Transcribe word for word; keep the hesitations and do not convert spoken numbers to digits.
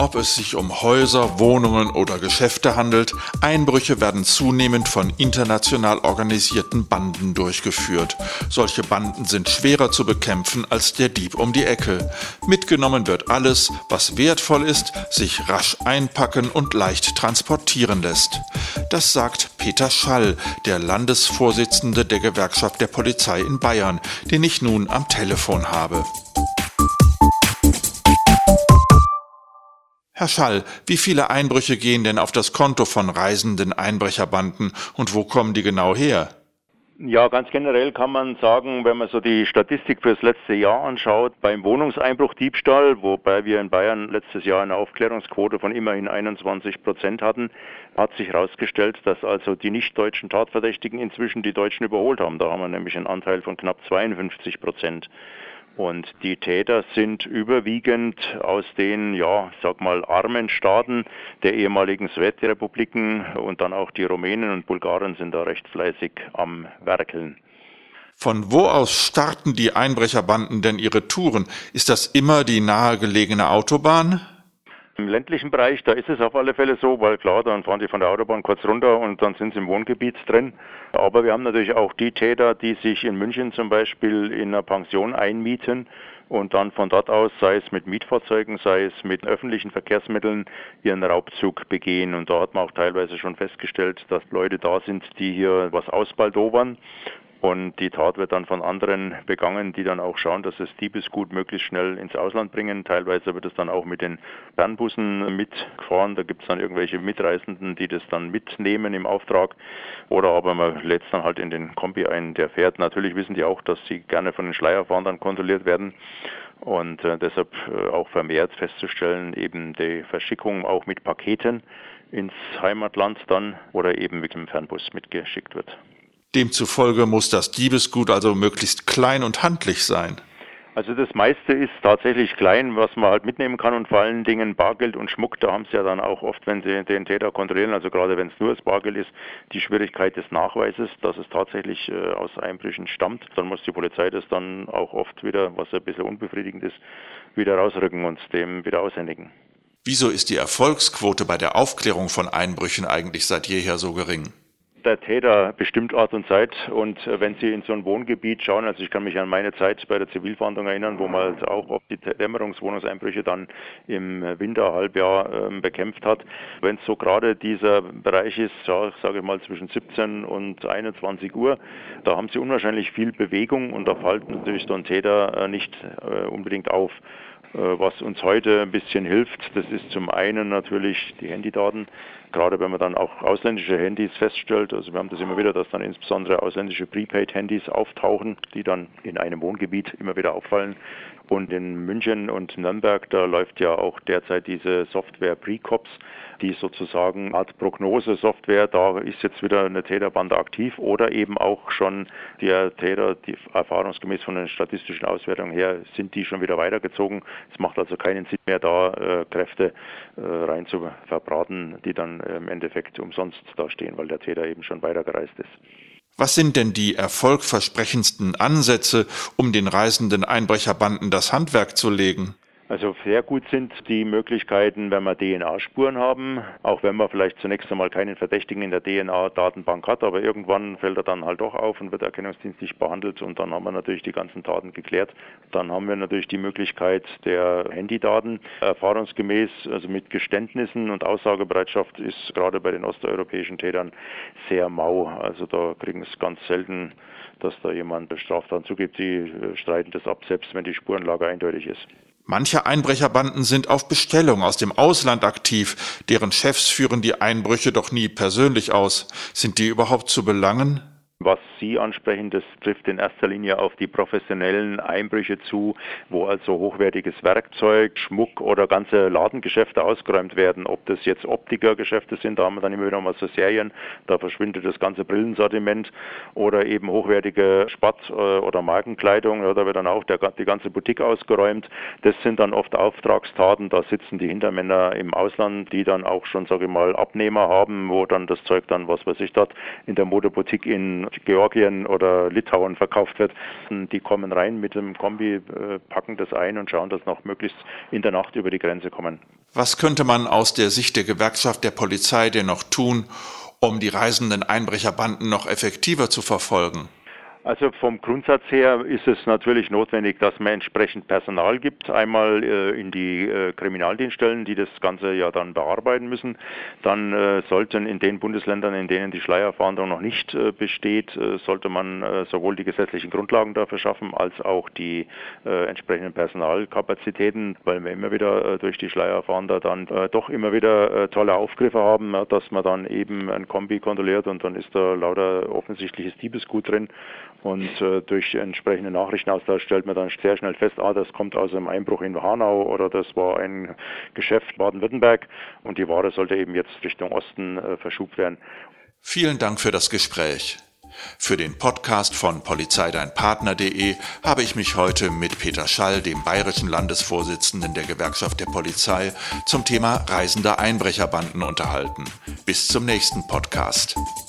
Ob es sich um Häuser, Wohnungen oder Geschäfte handelt, Einbrüche werden zunehmend von international organisierten Banden durchgeführt. Solche Banden sind schwerer zu bekämpfen als der Dieb um die Ecke. Mitgenommen wird alles, was wertvoll ist, sich rasch einpacken und leicht transportieren lässt. Das sagt Peter Schall, der Landesvorsitzende der Gewerkschaft der Polizei in Bayern, den ich nun am Telefon habe. Herr Schall, wie viele Einbrüche gehen denn auf das Konto von reisenden Einbrecherbanden und wo kommen die genau her? Ja, ganz generell kann man sagen, wenn man so die Statistik fürs letzte Jahr anschaut, beim Wohnungseinbruch Diebstahl, wobei wir in Bayern letztes Jahr eine Aufklärungsquote von immerhin einundzwanzig Prozent hatten, hat sich herausgestellt, dass also die nicht-deutschen Tatverdächtigen inzwischen die Deutschen überholt haben. Da haben wir nämlich einen Anteil von knapp zweiundfünfzig Prozent. Und die Täter sind überwiegend aus den, ja, sag mal, armen Staaten der ehemaligen Sowjetrepubliken und dann auch die Rumänen und Bulgaren sind da recht fleißig am Werkeln. Von wo aus starten die Einbrecherbanden denn ihre Touren? Ist das immer die nahegelegene Autobahn? Im ländlichen Bereich, da ist es auf alle Fälle so, weil klar, dann fahren die von der Autobahn kurz runter und dann sind sie im Wohngebiet drin. Aber wir haben natürlich auch die Täter, die sich in München zum Beispiel in einer Pension einmieten und dann von dort aus, sei es mit Mietfahrzeugen, sei es mit öffentlichen Verkehrsmitteln, ihren Raubzug begehen. Und da hat man auch teilweise schon festgestellt, dass Leute da sind, die hier was ausbaldowern. Und die Tat wird dann von anderen begangen, die dann auch schauen, dass das Diebesgut möglichst schnell ins Ausland bringen. Teilweise wird es dann auch mit den Fernbussen mitgefahren. Da gibt es dann irgendwelche Mitreisenden, die das dann mitnehmen im Auftrag. Oder aber man lädt es dann halt in den Kombi ein, der fährt. Natürlich wissen die auch, dass sie gerne von den Schleierfahndern kontrolliert werden. Und äh, deshalb äh, auch vermehrt festzustellen, eben die Verschickung auch mit Paketen ins Heimatland dann oder eben mit dem Fernbus mitgeschickt wird. Demzufolge muss das Diebesgut also möglichst klein und handlich sein. Also das meiste ist tatsächlich klein, was man halt mitnehmen kann und vor allen Dingen Bargeld und Schmuck, da haben sie ja dann auch oft, wenn sie den Täter kontrollieren, also gerade wenn es nur das Bargeld ist, die Schwierigkeit des Nachweises, dass es tatsächlich äh, aus Einbrüchen stammt. Dann muss die Polizei das dann auch oft wieder, was ein bisschen unbefriedigend ist, wieder rausrücken und dem wieder aushändigen. Wieso ist die Erfolgsquote bei der Aufklärung von Einbrüchen eigentlich seit jeher so gering? Der Täter bestimmt Ort und Zeit und wenn Sie in so ein Wohngebiet schauen, also ich kann mich an meine Zeit bei der Zivilfahndung erinnern, wo man halt auch oft die Dämmerungswohnungseinbrüche dann im Winterhalbjahr äh, bekämpft hat. Wenn es so gerade dieser Bereich ist, ja, sage ich mal zwischen siebzehn und einundzwanzig Uhr, da haben Sie unwahrscheinlich viel Bewegung und da fällt natürlich so ein Täter äh, nicht äh, unbedingt auf. Was uns heute ein bisschen hilft, das ist zum einen natürlich die Handydaten, gerade wenn man dann auch ausländische Handys feststellt. Also wir haben das immer wieder, dass dann insbesondere ausländische Prepaid-Handys auftauchen, die dann in einem Wohngebiet immer wieder auffallen. Und in München und Nürnberg, da läuft ja auch derzeit diese Software Precops, die sozusagen eine Art Prognose-Software, da ist jetzt wieder eine Täterbande aktiv oder eben auch schon der Täter, die erfahrungsgemäß von den statistischen Auswertungen her, sind die schon wieder weitergezogen. Es macht also keinen Sinn mehr, da äh, Kräfte äh, rein zu verbraten, die dann äh, im Endeffekt umsonst da stehen, weil der Täter eben schon weitergereist ist. Was sind denn die erfolgversprechendsten Ansätze, um den reisenden Einbrecherbanden das Handwerk zu legen? Also sehr gut sind die Möglichkeiten, wenn wir D N A-Spuren haben, auch wenn man vielleicht zunächst einmal keinen Verdächtigen in der D N A-Datenbank hat, aber irgendwann fällt er dann halt doch auf und wird erkennungsdienstlich behandelt und dann haben wir natürlich die ganzen Taten geklärt. Dann haben wir natürlich die Möglichkeit der Handydaten. Erfahrungsgemäß, also mit Geständnissen und Aussagebereitschaft ist gerade bei den osteuropäischen Tätern sehr mau. Also da kriegen es ganz selten, dass da jemand Straftaten zugibt. Sie streiten das ab, selbst wenn die Spurenlage eindeutig ist. Manche Einbrecherbanden sind auf Bestellung aus dem Ausland aktiv, deren Chefs führen die Einbrüche doch nie persönlich aus. Sind die überhaupt zu belangen? Was Sie ansprechen, das trifft in erster Linie auf die professionellen Einbrüche zu, wo also hochwertiges Werkzeug, Schmuck oder ganze Ladengeschäfte ausgeräumt werden. Ob das jetzt Optikergeschäfte sind, da haben wir dann immer wieder mal so Serien, da verschwindet das ganze Brillensortiment oder eben hochwertige Sport- oder Markenkleidung, ja, da wird dann auch der, die ganze Boutique ausgeräumt. Das sind dann oft Auftragstaten, da sitzen die Hintermänner im Ausland, die dann auch schon, sage ich mal, Abnehmer haben, wo dann das Zeug dann, was weiß ich, dort in der Modeboutique in Georgien oder Litauen verkauft wird. Die kommen rein mit dem Kombi, packen das ein und schauen, dass noch möglichst in der Nacht über die Grenze kommen. Was könnte man aus der Sicht der Gewerkschaft der Polizei denn noch tun, um die reisenden Einbrecherbanden noch effektiver zu verfolgen? Also vom Grundsatz her ist es natürlich notwendig, dass man entsprechend Personal gibt, einmal äh, in die äh, Kriminaldienststellen, die das Ganze ja dann bearbeiten müssen. Dann äh, sollten in den Bundesländern, in denen die Schleierfahndung noch nicht äh, besteht, äh, sollte man äh, sowohl die gesetzlichen Grundlagen dafür schaffen, als auch die äh, entsprechenden Personalkapazitäten, weil wir immer wieder äh, durch die Schleierfahnder dann äh, doch immer wieder äh, tolle Aufgriffe haben, ja, dass man dann eben ein Kombi kontrolliert und dann ist da lauter offensichtliches Diebesgut drin. Und äh, durch entsprechende Nachrichtenaustausch stellt man dann sehr schnell fest, ah, das kommt aus einem Einbruch in Hanau oder das war ein Geschäft Baden-Württemberg und die Ware sollte eben jetzt Richtung Osten äh, verschubt werden. Vielen Dank für das Gespräch. Für den Podcast von polizeideinpartner punkt de habe ich mich heute mit Peter Schall, dem bayerischen Landesvorsitzenden der Gewerkschaft der Polizei, zum Thema reisender Einbrecherbanden unterhalten. Bis zum nächsten Podcast.